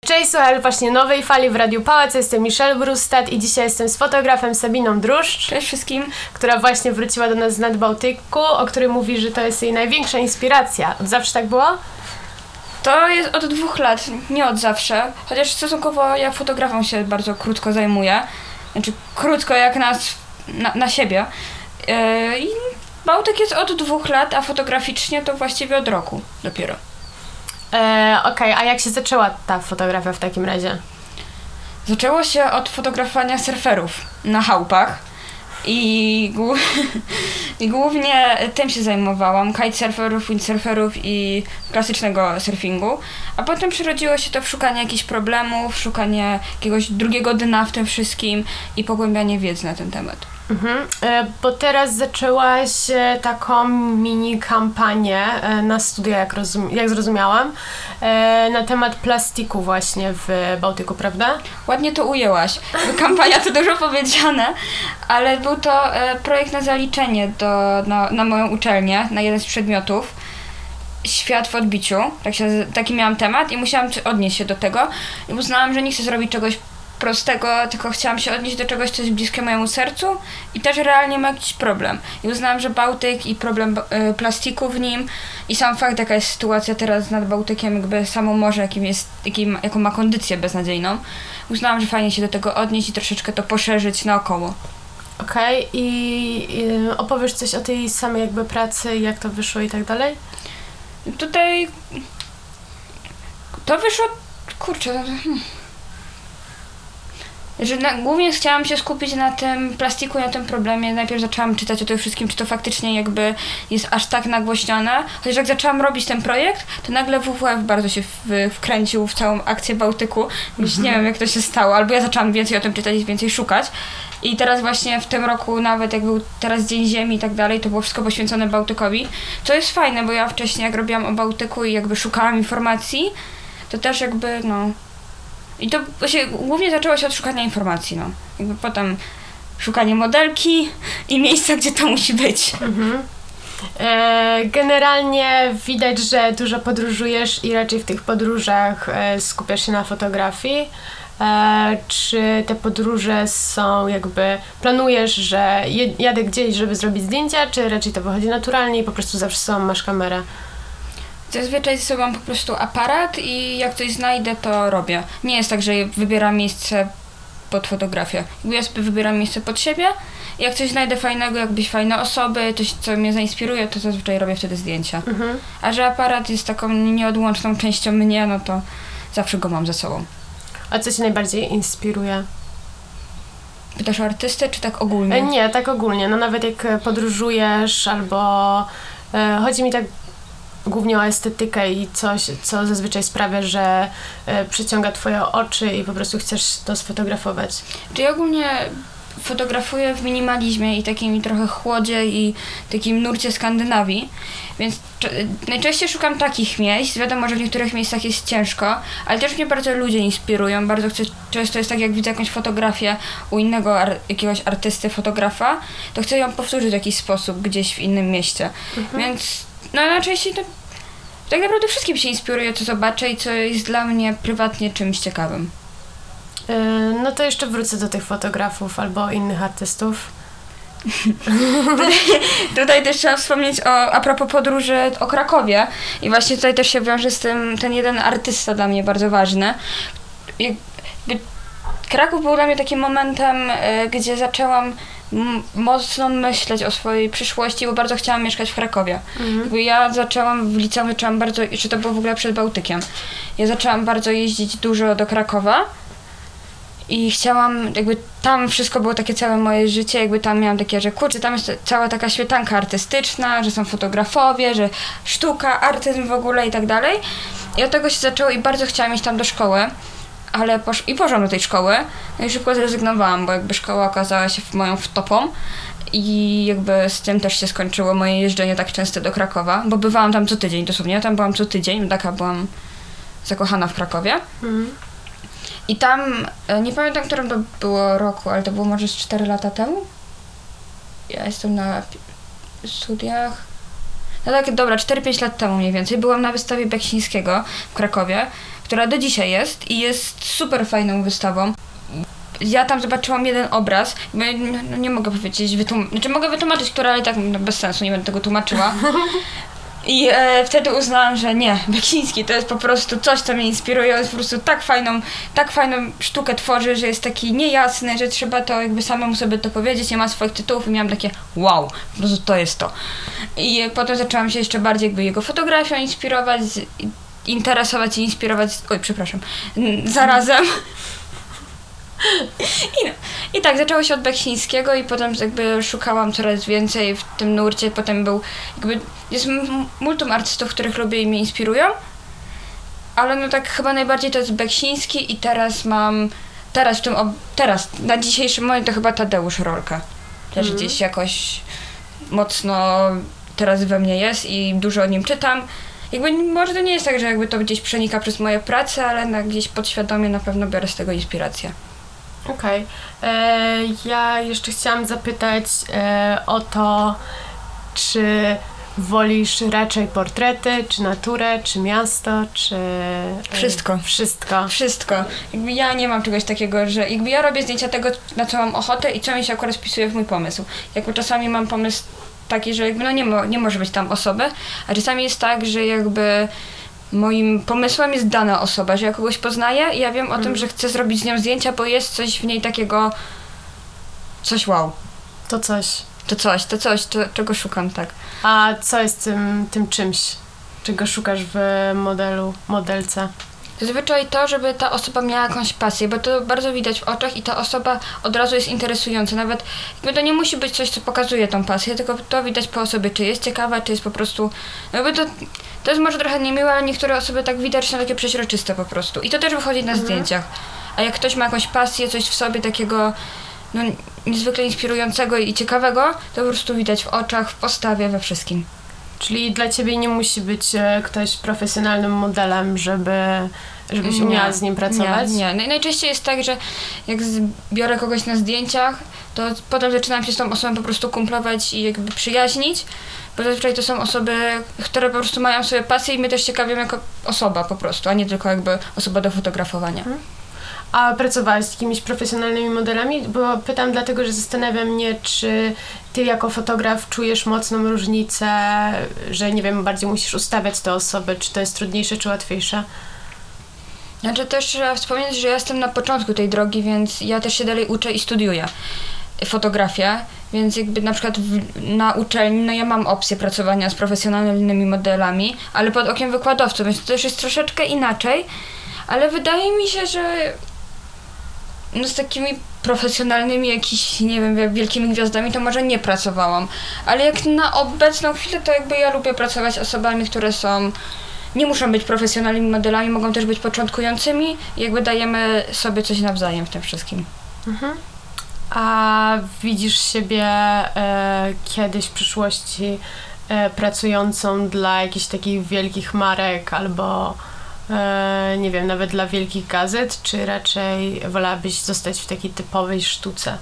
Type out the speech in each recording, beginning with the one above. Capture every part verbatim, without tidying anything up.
Cześć, słuchaj właśnie nowej fali w Radiu Pałac. Jestem Michelle Brustad i dzisiaj jestem z fotografem Sabiną Druszcz. Cześć wszystkim. Która właśnie wróciła do nas z Nadbałtyku, o której mówi, że to jest jej największa inspiracja. Od zawsze tak było? To jest od dwóch lat, nie od zawsze. Chociaż stosunkowo ja fotografą się bardzo krótko zajmuję. Znaczy krótko jak nas, na, na siebie. Yy, I Bałtyk jest od dwóch lat, a fotograficznie to właściwie od roku dopiero. E, Okej, okay. A jak się zaczęła ta fotografia w takim razie? Zaczęło się od fotografowania surferów na chałupach. I, głó- I głównie tym się zajmowałam, kitesurferów, windsurferów i klasycznego surfingu, a potem przerodziło się to w szukanie jakichś problemów, szukanie jakiegoś drugiego dna w tym wszystkim i pogłębianie wiedzy na ten temat. Mhm. E, bo teraz zaczęłaś e, taką mini kampanię e, na studia, jak, rozum- jak zrozumiałam, e, na temat plastiku właśnie w Bałtyku, prawda? Ładnie to ujęłaś. Kampania to dużo powiedziane, ale był to e, projekt na zaliczenie do, na, na moją uczelnię, na jeden z przedmiotów. Świat w odbiciu, tak się, taki miałam temat i musiałam odnieść się do tego i uznałam, że nie chcę zrobić czegoś prostego, tylko chciałam się odnieść do czegoś, co jest bliskie mojemu sercu i też realnie ma jakiś problem. I uznałam, że Bałtyk i problem y, plastiku w nim i sam fakt, jaka jest sytuacja teraz nad Bałtykiem, jakby samo morze, jakim jest, jakim, jaką ma kondycję beznadziejną, uznałam, że fajnie się do tego odnieść i troszeczkę to poszerzyć naokoło. Okej, okay. I y, opowiesz coś o tej samej jakby pracy, jak to wyszło i tak dalej? Tutaj to wyszło, kurczę, hmm. że na, głównie chciałam się skupić na tym plastiku, na tym problemie. Najpierw zaczęłam czytać o tym wszystkim, czy to faktycznie jakby jest aż tak nagłośnione. Chociaż jak zaczęłam robić ten projekt, to nagle W W F bardzo się w, wkręcił w całą akcję Bałtyku. Już nie wiem, jak to się stało, albo ja zaczęłam więcej o tym czytać i więcej szukać. I teraz właśnie w tym roku, nawet jak był teraz Dzień Ziemi i tak dalej, to było wszystko poświęcone Bałtykowi. Co jest fajne, bo ja wcześniej jak robiłam o Bałtyku i jakby szukałam informacji, to też jakby no... I to właśnie głównie zaczęło się od szukania informacji, no. Jakby potem szukanie modelki i miejsca, gdzie to musi być. Mhm. E, generalnie widać, że dużo podróżujesz i raczej w tych podróżach e, skupiasz się na fotografii. E, czy te podróże są jakby, planujesz, że je, jadę gdzieś, żeby zrobić zdjęcia, czy raczej to wychodzi naturalnie i po prostu zawsze z sobą masz kamerę? Zazwyczaj ze sobą mam po prostu aparat i jak coś znajdę, to robię. Nie jest tak, że wybieram miejsce pod fotografię. Jakby ja sobie wybieram miejsce pod siebie i jak coś znajdę fajnego, jakbyś fajne osoby, coś, co mnie zainspiruje, to zazwyczaj robię wtedy zdjęcia. Mhm. A że aparat jest taką nieodłączną częścią mnie, no to zawsze go mam ze sobą. A co cię najbardziej inspiruje? Pytasz o artystę, czy tak ogólnie? E, nie, tak ogólnie. No nawet jak podróżujesz albo... E, chodzi mi tak głównie o estetykę i coś, co zazwyczaj sprawia, że e, przyciąga twoje oczy i po prostu chcesz to sfotografować. Czy ja ogólnie fotografuję w minimalizmie i takim trochę chłodzie i takim nurcie Skandynawii, więc c- najczęściej szukam takich miejsc. Wiadomo, że w niektórych miejscach jest ciężko, ale też mnie bardzo ludzie inspirują. Bardzo chcę, często jest tak, jak widzę jakąś fotografię u innego ar- jakiegoś artysty, fotografa, to chcę ją powtórzyć w jakiś sposób gdzieś w innym mieście. Mhm. Więc no najczęściej to tak naprawdę wszystkim się inspiruje, co zobaczę i co jest dla mnie prywatnie czymś ciekawym. Yy, no to jeszcze wrócę do tych fotografów albo innych artystów. tutaj, tutaj też trzeba wspomnieć o, a propos podróży o Krakowie i właśnie tutaj też się wiąże z tym ten jeden artysta dla mnie bardzo ważny. Jakby Kraków był dla mnie takim momentem, y, gdzie zaczęłam m- mocno myśleć o swojej przyszłości, bo bardzo chciałam mieszkać w Krakowie. Mhm. Jakby ja zaczęłam w liceum, zaczęłam bardzo, czy to było w ogóle przed Bałtykiem, ja zaczęłam bardzo jeździć dużo do Krakowa i chciałam, jakby tam wszystko było takie całe moje życie, jakby tam miałam takie, że kurczę, tam jest cała taka świetanka artystyczna, że są fotografowie, że sztuka, artyzm w ogóle i tak dalej. I od tego się zaczęło i bardzo chciałam iść tam do szkoły. Ale posz- i poszłam do tej szkoły, no i szybko zrezygnowałam, bo jakby szkoła okazała się moją wtopą i jakby z tym też się skończyło moje jeżdżenie tak często do Krakowa, bo bywałam tam co tydzień, dosłownie, ja tam byłam co tydzień, taka byłam zakochana w Krakowie. Mhm. I tam, nie pamiętam, którym to było roku, ale to było może z cztery lata temu. Ja jestem na studiach. No tak, dobra, cztery pięć lat temu mniej więcej byłam na wystawie Beksińskiego w Krakowie. która do dzisiaj jest i jest super fajną wystawą. Ja tam zobaczyłam jeden obraz, bo ja no, nie mogę powiedzieć, wytłum- znaczy mogę wytłumaczyć, która, ale tak no, bez sensu, nie będę tego tłumaczyła. I e, wtedy uznałam, że nie, Beksiński to jest po prostu coś, co mnie inspiruje, on jest po prostu tak fajną, tak fajną sztukę tworzy, że jest taki niejasny, że trzeba to jakby samemu sobie to powiedzieć, nie ma swoich tytułów i miałam takie wow, po prostu to jest to. I potem zaczęłam się jeszcze bardziej jakby jego fotografią inspirować, interesować i inspirować, oj przepraszam, zarazem. I, no. I tak, zaczęło się od Beksińskiego i potem jakby szukałam coraz więcej w tym nurcie, potem był jakby, jest m- multum artystów, których lubię i mnie inspirują, ale no tak chyba najbardziej to jest Beksiński i teraz mam, teraz w tym, ob- teraz, na dzisiejszy moment to chyba Tadeusz Rolka. Też Mhm. gdzieś jakoś mocno teraz we mnie jest i dużo o nim czytam. Jakby może to nie jest tak, że jakby to gdzieś przenika przez moje prace, ale na, gdzieś podświadomie na pewno biorę z tego inspirację. Okej. E, Ja jeszcze chciałam zapytać e, o to, czy wolisz raczej portrety, czy naturę, czy miasto, czy... e, Wszystko. Wszystko. Wszystko. Jakby ja nie mam czegoś takiego, że jakby ja robię zdjęcia tego, na co mam ochotę i co mi się akurat wpisuje w mój pomysł. Jakby czasami mam pomysł taki, że jakby no nie, mo- nie może być tam osoby, a czasami jest tak, że jakby moim pomysłem jest dana osoba, że ja kogoś poznaję i ja wiem o tym, że chcę zrobić z nią zdjęcia, bo jest coś w niej takiego, coś wow. To coś. To coś, to coś, to, czego szukam, tak. A co jest tym, tym czymś, czego szukasz w modelu, modelce? Zazwyczaj to, żeby ta osoba miała jakąś pasję, bo to bardzo widać w oczach i ta osoba od razu jest interesująca. Nawet jakby to nie musi być coś, co pokazuje tą pasję, tylko to widać po osobie, czy jest ciekawa, czy jest po prostu... No jakby to, to jest może trochę niemiłe, ale niektóre osoby tak widać, są takie przeźroczyste po prostu. I to też wychodzi na Mhm. zdjęciach. A jak ktoś ma jakąś pasję, coś w sobie takiego no, niezwykle inspirującego i ciekawego, to po prostu widać w oczach, w postawie, we wszystkim. Czyli dla ciebie nie musi być e, ktoś profesjonalnym modelem, żeby, żebyś umiała z nim pracować? Nie, nie. Naj- Najczęściej jest tak, że jak z- biorę kogoś na zdjęciach, to potem zaczynam się z tą osobą po prostu kumplować i jakby przyjaźnić, bo zazwyczaj to są osoby, które po prostu mają swoje pasje i mnie też ciekawią jako osoba po prostu, a nie tylko jakby osoba do fotografowania. A pracowałaś z jakimiś profesjonalnymi modelami? Bo pytam dlatego, że zastanawia mnie, czy ty jako fotograf czujesz mocną różnicę, że nie wiem, bardziej musisz ustawiać te osoby, czy to jest trudniejsze, czy łatwiejsze? Znaczy też trzeba wspomnieć, że ja jestem na początku tej drogi, więc ja też się dalej uczę i studiuję fotografię, więc jakby na przykład w, na uczelni, no ja mam opcję pracowania z profesjonalnymi modelami, ale pod okiem wykładowców, więc to też jest troszeczkę inaczej, ale wydaje mi się, że no z takimi profesjonalnymi jakiś, nie wiem, jak wielkimi gwiazdami to może nie pracowałam, ale jak na obecną chwilę to jakby ja lubię pracować z osobami, które są, nie muszą być profesjonalnymi modelami, mogą też być początkującymi i jakby dajemy sobie coś nawzajem w tym wszystkim. Mhm. A widzisz siebie e, kiedyś w przyszłości e, pracującą dla jakichś takich wielkich marek albo e, nie wiem, nawet dla wielkich gazet, czy raczej wolałabyś zostać w takiej typowej sztuce?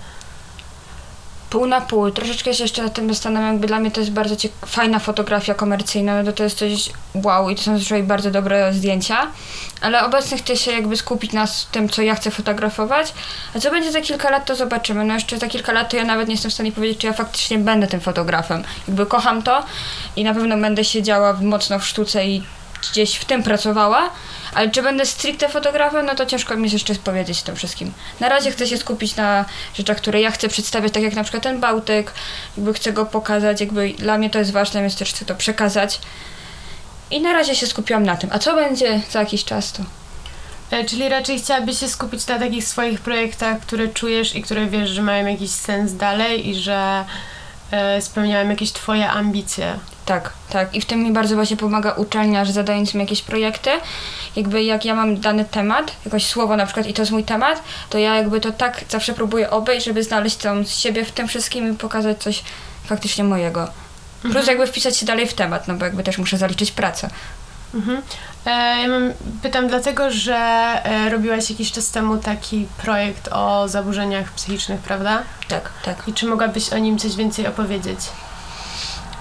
Pół na pół. Troszeczkę się jeszcze nad tym zastanawiam, jakby dla mnie to jest bardzo ciek- fajna fotografia komercyjna, no to jest coś wow i to są zazwyczaj bardzo dobre zdjęcia, ale obecnie chcę się jakby skupić na s- tym, co ja chcę fotografować, a co będzie za kilka lat, to zobaczymy. No jeszcze za kilka lat to ja nawet nie jestem w stanie powiedzieć, czy ja faktycznie będę tym fotografem. Jakby kocham to i na pewno będę siedziała w- mocno w sztuce i gdzieś w tym pracowała, ale czy będę stricte fotografem, no to ciężko mi jeszcze powiedzieć w tym wszystkim. Na razie chcę się skupić na rzeczach, które ja chcę przedstawiać, tak jak na przykład ten Bałtyk, jakby chcę go pokazać, jakby dla mnie to jest ważne, więc też chcę to przekazać. I na razie się skupiłam na tym. A co będzie za jakiś czas, to... E, czyli raczej chciałabyś się skupić na takich swoich projektach, które czujesz i które wiesz, że mają jakiś sens dalej i że e, spełniają jakieś twoje ambicje. Tak, tak. I w tym mi bardzo właśnie pomaga uczelnia, że zadając mi jakieś projekty, jakby jak ja mam dany temat, jakoś słowo na przykład i to jest mój temat, to ja jakby to tak zawsze próbuję obejść, żeby znaleźć tą z siebie w tym wszystkim i pokazać coś faktycznie mojego. Plus Mhm. jakby wpisać się dalej w temat, no bo jakby też muszę zaliczyć pracę. Mhm. E, ja mam, pytam dlatego, że e, robiłaś jakiś czas temu taki projekt o zaburzeniach psychicznych, prawda? Tak, tak. I czy mogłabyś o nim coś więcej opowiedzieć?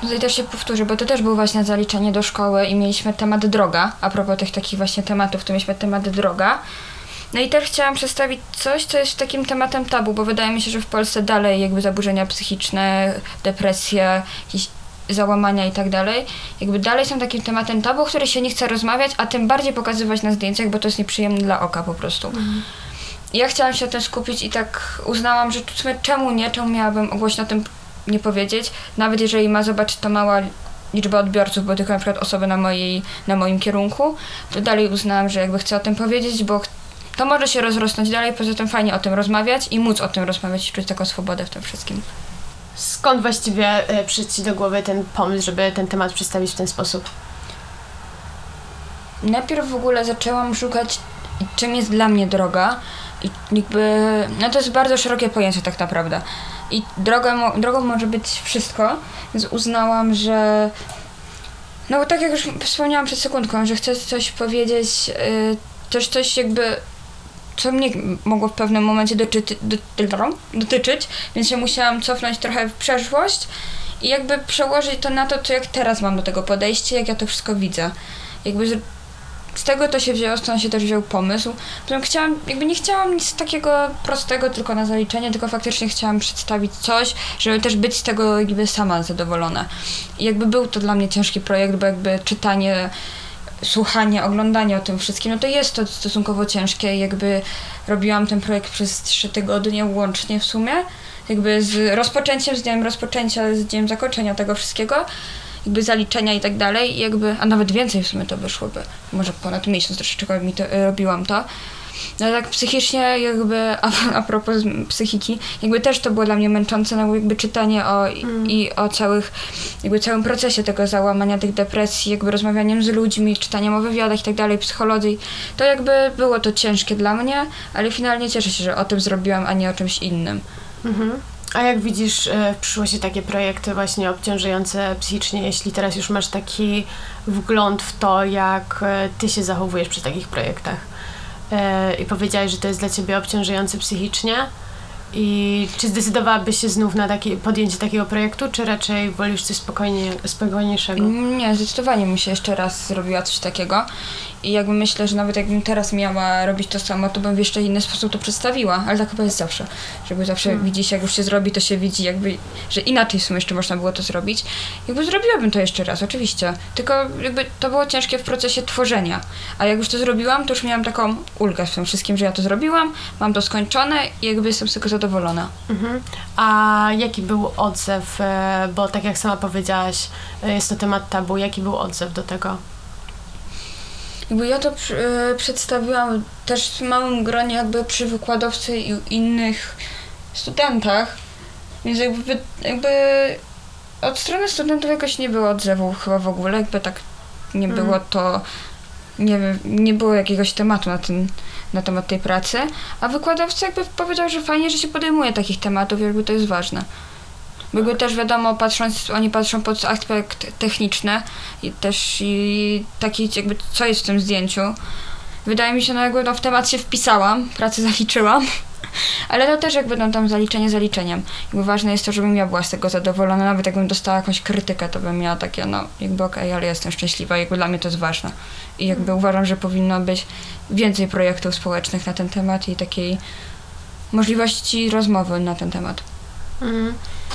Tutaj też się powtórzę, bo to też było właśnie zaliczenie do szkoły i mieliśmy temat droga. A propos tych takich właśnie tematów, to mieliśmy temat droga. No i też chciałam przedstawić coś, co jest takim tematem tabu, bo wydaje mi się, że w Polsce dalej jakby zaburzenia psychiczne, depresje, jakieś załamania i tak dalej, jakby dalej są takim tematem tabu, o którym się nie chce rozmawiać, a tym bardziej pokazywać na zdjęciach, bo to jest nieprzyjemne dla oka po prostu. Mhm. Ja chciałam się na tym skupić i tak uznałam, że w sumie czemu nie, czemu miałabym głośno o tym nie powiedzieć, nawet jeżeli ma zobaczyć to mała liczba odbiorców, bo tylko na przykład osoby na, mojej, na moim kierunku, to dalej uznałam, że jakby chcę o tym powiedzieć, bo to może się rozrosnąć dalej, poza tym fajnie o tym rozmawiać i móc o tym rozmawiać i czuć taką swobodę w tym wszystkim. Skąd właściwie y, przyszedł Ci do głowy ten pomysł, żeby ten temat przedstawić w ten sposób? Najpierw w ogóle zaczęłam szukać, czym jest dla mnie droga i jakby, no to jest bardzo szerokie pojęcie tak naprawdę i droga, drogą może być wszystko, więc uznałam, że no bo tak jak już wspomniałam przed sekundką, że chcę coś powiedzieć, yy, też coś jakby co mnie mogło w pewnym momencie doczyty, do, dotyczyć, więc się musiałam cofnąć trochę w przeszłość i jakby przełożyć to na to, co jak teraz mam do tego podejście, jak ja to wszystko widzę. Jakby z, z tego to się wzięło, stąd się też wziął pomysł. Potem chciałam, jakby nie chciałam nic takiego prostego tylko na zaliczenie, tylko faktycznie chciałam przedstawić coś, żeby też być z tego jakby sama zadowolona. I jakby był to dla mnie ciężki projekt, bo jakby czytanie, słuchanie, oglądanie o tym wszystkim, no to jest to stosunkowo ciężkie i jakby robiłam ten projekt przez trzy tygodnie łącznie w sumie, jakby z rozpoczęciem, z dniem rozpoczęcia, z dniem zakończenia tego wszystkiego, jakby zaliczenia i tak dalej, i jakby, a nawet więcej w sumie to wyszłoby, może ponad miesiąc troszeczkę mi to, robiłam to. No tak psychicznie jakby, a, a propos psychiki, jakby też to było dla mnie męczące, no jakby czytanie o mm. i o całych, jakby całym procesie tego załamania, tych depresji, jakby rozmawianiem z ludźmi, czytaniem o wywiadach i tak dalej, psychologii, to jakby było to ciężkie dla mnie, ale finalnie cieszę się, że o tym zrobiłam, a nie o czymś innym. Mhm. A jak widzisz w przyszłości takie projekty właśnie obciążające psychicznie, jeśli teraz już masz taki wgląd w to, jak ty się zachowujesz przy takich projektach? I powiedziałaś, że to jest dla ciebie obciążające psychicznie i czy zdecydowałabyś się znów na takie, podjęcie takiego projektu, czy raczej wolisz coś spokojnie, spokojniejszego? Nie, zdecydowanie bym się jeszcze raz zrobiła coś takiego i jakby myślę, że nawet jakbym teraz miała robić to samo, to bym w jeszcze inny sposób to przedstawiła, ale tak chyba jest zawsze, żeby zawsze hmm. widzi się, jak już się zrobi, to się widzi jakby, że inaczej w sumie jeszcze można było to zrobić. Jakby zrobiłabym to jeszcze raz, oczywiście, tylko jakby to było ciężkie w procesie tworzenia, a jak już to zrobiłam, to już miałam taką ulgę w tym wszystkim, że ja to zrobiłam, mam to skończone i jakby jestem z tego zadowolona. Mhm. A jaki był odzew, bo tak jak sama powiedziałaś, jest to temat tabu, jaki był odzew do tego? Jakby ja to y, przedstawiłam też w małym gronie jakby przy wykładowcy i innych studentach, więc jakby, jakby od strony studentów jakoś nie było odzewu chyba w ogóle, jakby tak nie mm. było to, nie wiem, nie było jakiegoś tematu na ten, na temat tej pracy, a wykładowca jakby powiedział, że fajnie, że się podejmuje takich tematów, jakby to jest ważne. Jakby też wiadomo, patrząc, oni patrzą pod aspekt techniczny i też i taki jakby co jest w tym zdjęciu. Wydaje mi się, no jakby no, w temat się wpisałam, pracę zaliczyłam, ale to też jakby no, tam zaliczenie zaliczeniem. Jakby ważne jest to, żebym ja była z tego zadowolona, nawet jakbym dostała jakąś krytykę, to bym miała takie, no jakby okej, okay, ale jestem szczęśliwa, jakby dla mnie to jest ważne. I jakby uważam, że powinno być więcej projektów społecznych na ten temat i takiej możliwości rozmowy na ten temat. Mm.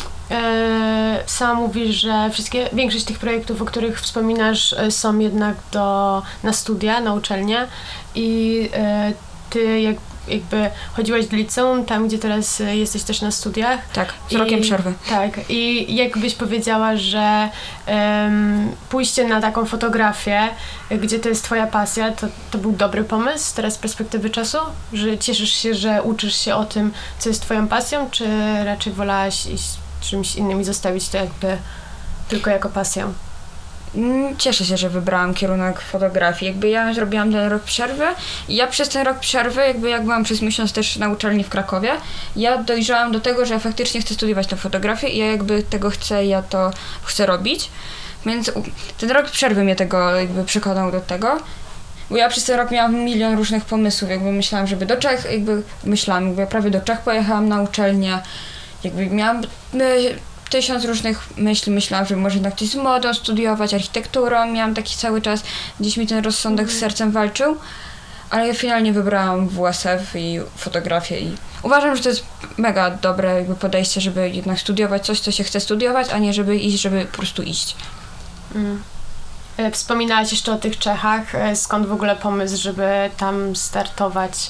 E, sama mówisz, że wszystkie, większość tych projektów, o których wspominasz, są jednak do, na studia, na uczelnię i e, ty jak, jakby chodziłaś do liceum, tam gdzie teraz jesteś też na studiach. Tak, z rokiem I, przerwy. Tak, i jakbyś powiedziała, że um, pójście na taką fotografię, gdzie to jest twoja pasja, to, to był dobry pomysł teraz z perspektywy czasu? Że cieszysz się, że uczysz się o tym, co jest twoją pasją, czy raczej wolałaś iść czymś innym i zostawić to jakby tylko jako pasję? Cieszę się, że wybrałam kierunek fotografii. Jakby ja zrobiłam ten rok przerwy i ja przez ten rok przerwy, jakby jak byłam przez miesiąc też na uczelni w Krakowie, ja dojrzałam do tego, że ja faktycznie chcę studiować tę fotografię i ja jakby tego chcę, ja to chcę robić. Więc ten rok przerwy mnie tego jakby przekonał do tego. Bo ja przez ten rok miałam milion różnych pomysłów, jakby myślałam, żeby do Czech, jakby myślałam, jakby prawie do Czech pojechałam na uczelnię, jakby miałam tysiąc różnych myśli. Myślałam, że może jednak coś z modą studiować, architekturą. Miałam taki cały czas, gdzieś mi ten rozsądek z sercem walczył. Ale ja finalnie wybrałam W S F i fotografię i uważam, że to jest mega dobre jakby podejście, żeby jednak studiować coś, co się chce studiować, a nie żeby iść, żeby po prostu iść. Mm. E, Wspominałaś jeszcze o tych Czechach. E, Skąd w ogóle pomysł, żeby tam startować?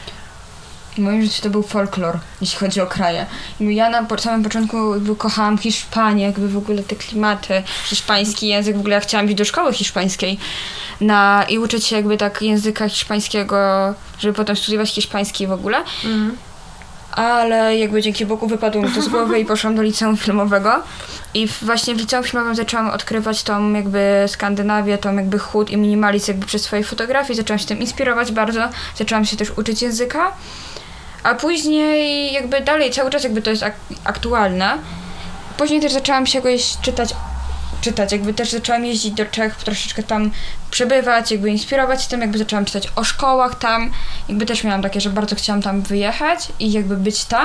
W moim życiu to był folklor, jeśli chodzi o kraje. Jakby ja na po- samym początku jakby kochałam Hiszpanię, jakby w ogóle te klimaty, hiszpański język, w ogóle ja chciałam iść do szkoły hiszpańskiej na, i uczyć się jakby tak języka hiszpańskiego, żeby potem studiować hiszpański w ogóle. Mhm. Ale jakby dzięki Bogu wypadło mi to z głowy i poszłam do liceum filmowego. I w- właśnie w liceum filmowym zaczęłam odkrywać tą jakby Skandynawię, tą jakby chód i minimalizm jakby przez swoje fotografie. Zaczęłam się tym inspirować bardzo. Zaczęłam się też uczyć języka. A później jakby dalej, cały czas jakby to jest ak- aktualne. Później też zaczęłam się jakoś czytać, czytać, jakby też zaczęłam jeździć do Czech, troszeczkę tam przebywać, jakby inspirować się tym, jakby zaczęłam czytać o szkołach tam. Jakby też miałam takie, że bardzo chciałam tam wyjechać i jakby być tam.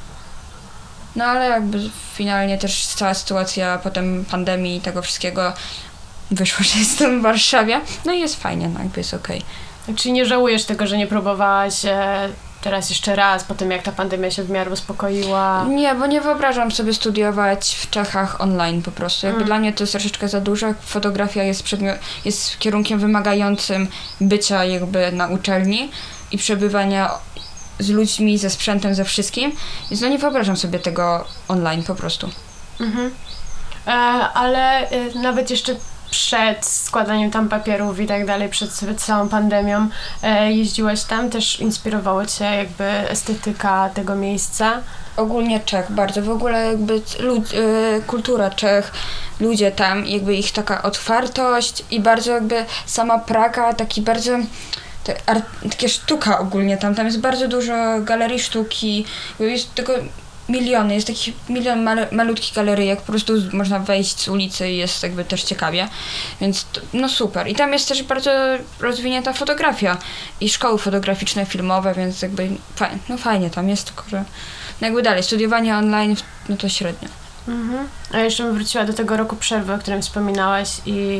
No ale jakby finalnie też cała sytuacja potem pandemii i tego wszystkiego wyszło, że jestem w Warszawie. No i jest fajnie, no jakby jest okej. Czyli nie żałujesz tego, że nie próbowałaś e, teraz jeszcze raz, po tym jak ta pandemia się w miarę uspokoiła? Nie, bo nie wyobrażam sobie studiować w Czechach online po prostu. Jakby Mm. dla mnie to jest troszeczkę za dużo. Fotografia jest, przedmio- jest kierunkiem wymagającym bycia jakby na uczelni i przebywania z ludźmi, ze sprzętem, ze wszystkim. Więc no nie wyobrażam sobie tego online po prostu. Mhm. E, ale e, nawet jeszcze przed składaniem tam papierów i tak dalej, przed sobie całą pandemią, e, jeździłaś tam, też inspirowało cię jakby estetyka tego miejsca? Ogólnie Czech bardzo, w ogóle jakby lud- y, kultura Czech, ludzie tam, jakby ich taka otwartość i bardzo jakby sama Praga, taki bardzo te ar- takie sztuka ogólnie tam, tam jest bardzo dużo galerii sztuki, jest tego miliony, jest taki milion mal- malutkich galeryjek, po prostu z- można wejść z ulicy i jest jakby też ciekawie, więc to, no super. I tam jest też bardzo rozwinięta fotografia i szkoły fotograficzne, filmowe, więc jakby fajnie, no fajnie tam jest, tylko że no jakby dalej, studiowanie online, no to średnio. Mhm. A jeszcze bym wróciła do tego roku przerwy, o którym wspominałaś i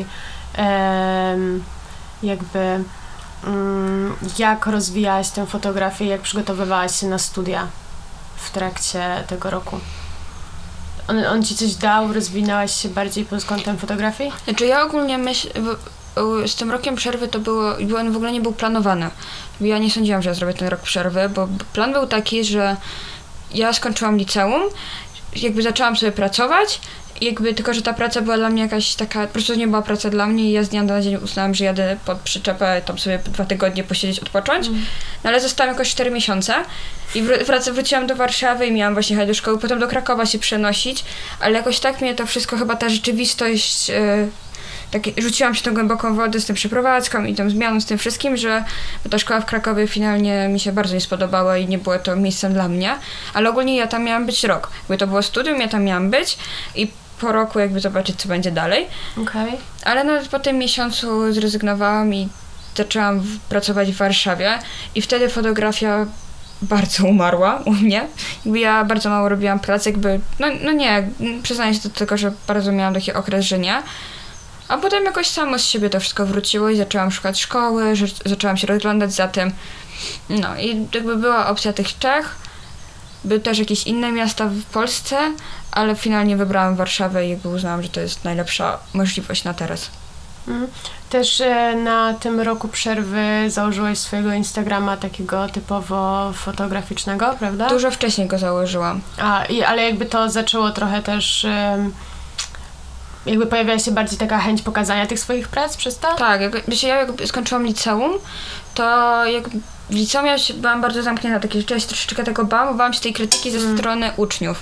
em, jakby mm, jak rozwijałaś tę fotografię, jak przygotowywałaś się na studia w trakcie tego roku? On, on ci coś dał? Rozwinęłaś się bardziej pod kątem fotografii? Znaczy ja ogólnie myślę, z tym rokiem przerwy to było, bo on w ogóle nie był planowany. Ja nie sądziłam, że ja zrobię ten rok przerwy, bo plan był taki, że ja skończyłam liceum, jakby zaczęłam sobie pracować, i jakby tylko, że ta praca była dla mnie jakaś taka, po prostu nie była praca dla mnie i ja z dnia na dzień uznałam, że jadę pod przyczepę, tam sobie dwa tygodnie posiedzieć, odpocząć. Mm. No ale zostałam jakoś cztery miesiące i wr- wrac- wróciłam do Warszawy i miałam właśnie jechać do szkoły, potem do Krakowa się przenosić, ale jakoś tak mnie to wszystko, chyba ta rzeczywistość, yy, takie, rzuciłam się tą głęboką wodę z tym przeprowadzką i tą zmianą, z tym wszystkim, że ta szkoła w Krakowie finalnie mi się bardzo nie spodobała i nie było to miejscem dla mnie, ale ogólnie ja tam miałam być rok. Jakby to było studium, ja tam miałam być i po roku jakby zobaczyć, co będzie dalej. Okej. Ale no, po tym miesiącu zrezygnowałam i zaczęłam w- pracować w Warszawie i wtedy fotografia bardzo umarła u mnie. Jakby ja bardzo mało robiłam pracy, jakby, no, no nie, przyznaję się do tego, że bardzo miałam taki okres, że nie. A potem jakoś samo z siebie to wszystko wróciło i zaczęłam szukać szkoły, że, zaczęłam się rozglądać za tym. No i jakby była opcja tych Czech, były też jakieś inne miasta w Polsce, ale finalnie wybrałam Warszawę i jakby uznałam, że to jest najlepsza możliwość na teraz. Mhm. Też e, na tym roku przerwy założyłeś swojego Instagrama takiego typowo fotograficznego, prawda? Dużo wcześniej go założyłam. A, i, ale jakby to zaczęło trochę też... em, jakby pojawiała się bardziej taka chęć pokazania tych swoich prac przez to? Tak, jak, wiecie, ja jak skończyłam liceum, to jak w liceum ja się byłam bardzo zamknięta, takie rzeczy, ja się troszeczkę tego bałam, bo bałam się tej krytyki ze Mm. strony uczniów.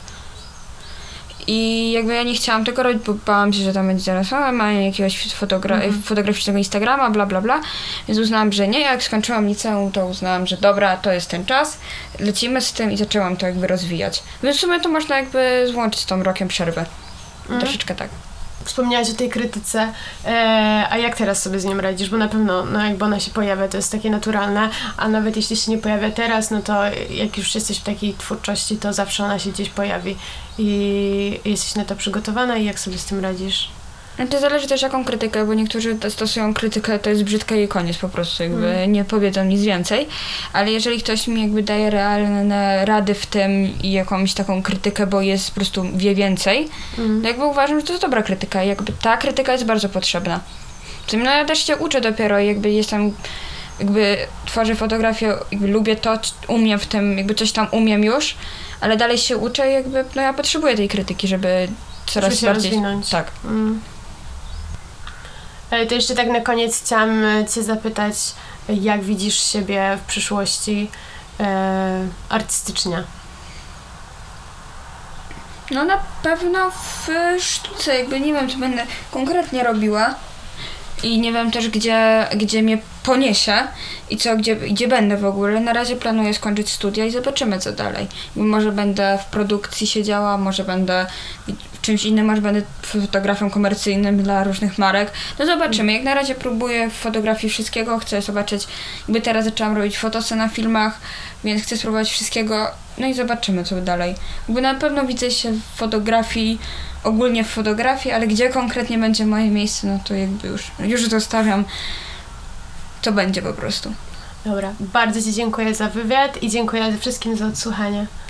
I jakby ja nie chciałam tego robić, bo bałam się, że tam będzie zaraz, o, mają jakiegoś fotogra- Mhm. fotograficznego Instagrama, bla, bla, bla. Więc uznałam, że nie. Jak skończyłam liceum, to uznałam, że dobra, to jest ten czas, lecimy z tym i zaczęłam to jakby rozwijać. Więc w sumie to można jakby złączyć z tą rokiem przerwy. Mhm. Troszeczkę tak. wspomniałaś o tej krytyce, e, a jak teraz sobie z nią radzisz? Bo na pewno, no jakby ona się pojawia, to jest takie naturalne, a nawet jeśli się nie pojawia teraz, no to jak już jesteś w takiej twórczości, to zawsze ona się gdzieś pojawi i jesteś na to przygotowana i jak sobie z tym radzisz? No to zależy też jaką krytykę, bo niektórzy to stosują krytykę, to jest brzydka i koniec po prostu, jakby mm. nie powiedzą nic więcej, ale jeżeli ktoś mi jakby daje realne rady w tym i jakąś taką krytykę, bo jest po prostu wie więcej, mm. to jakby uważam, że to jest dobra krytyka i jakby ta krytyka jest bardzo potrzebna. No ja też się uczę dopiero i jakby jestem, jakby tworzę fotografię, jakby lubię to, umiem w tym, jakby coś tam umiem już, ale dalej się uczę i jakby, no ja potrzebuję tej krytyki, żeby coraz żeby się bardziej... rozwinąć. Tak. Mm. To jeszcze tak na koniec chciałam Cię zapytać, jak widzisz siebie w przyszłości e, artystycznie? No na pewno w sztuce, jakby nie wiem, co będę konkretnie robiła i nie wiem też, gdzie, gdzie mnie poniesie i co, gdzie, gdzie będę w ogóle. Na razie planuję skończyć studia i zobaczymy, co dalej. Może będę w produkcji siedziała, może będę w czymś innym, może będę fotografem komercyjnym dla różnych marek. No zobaczymy. Jak na razie próbuję w fotografii wszystkiego, chcę zobaczyć, jakby teraz zaczęłam robić fotosy na filmach, więc chcę spróbować wszystkiego, no i zobaczymy, co dalej. Jakby na pewno widzę się w fotografii, ogólnie w fotografii, ale gdzie konkretnie będzie moje miejsce, no to jakby już, już zostawiam. To będzie po prostu. Dobra, bardzo Ci dziękuję za wywiad i dziękuję wszystkim za odsłuchanie.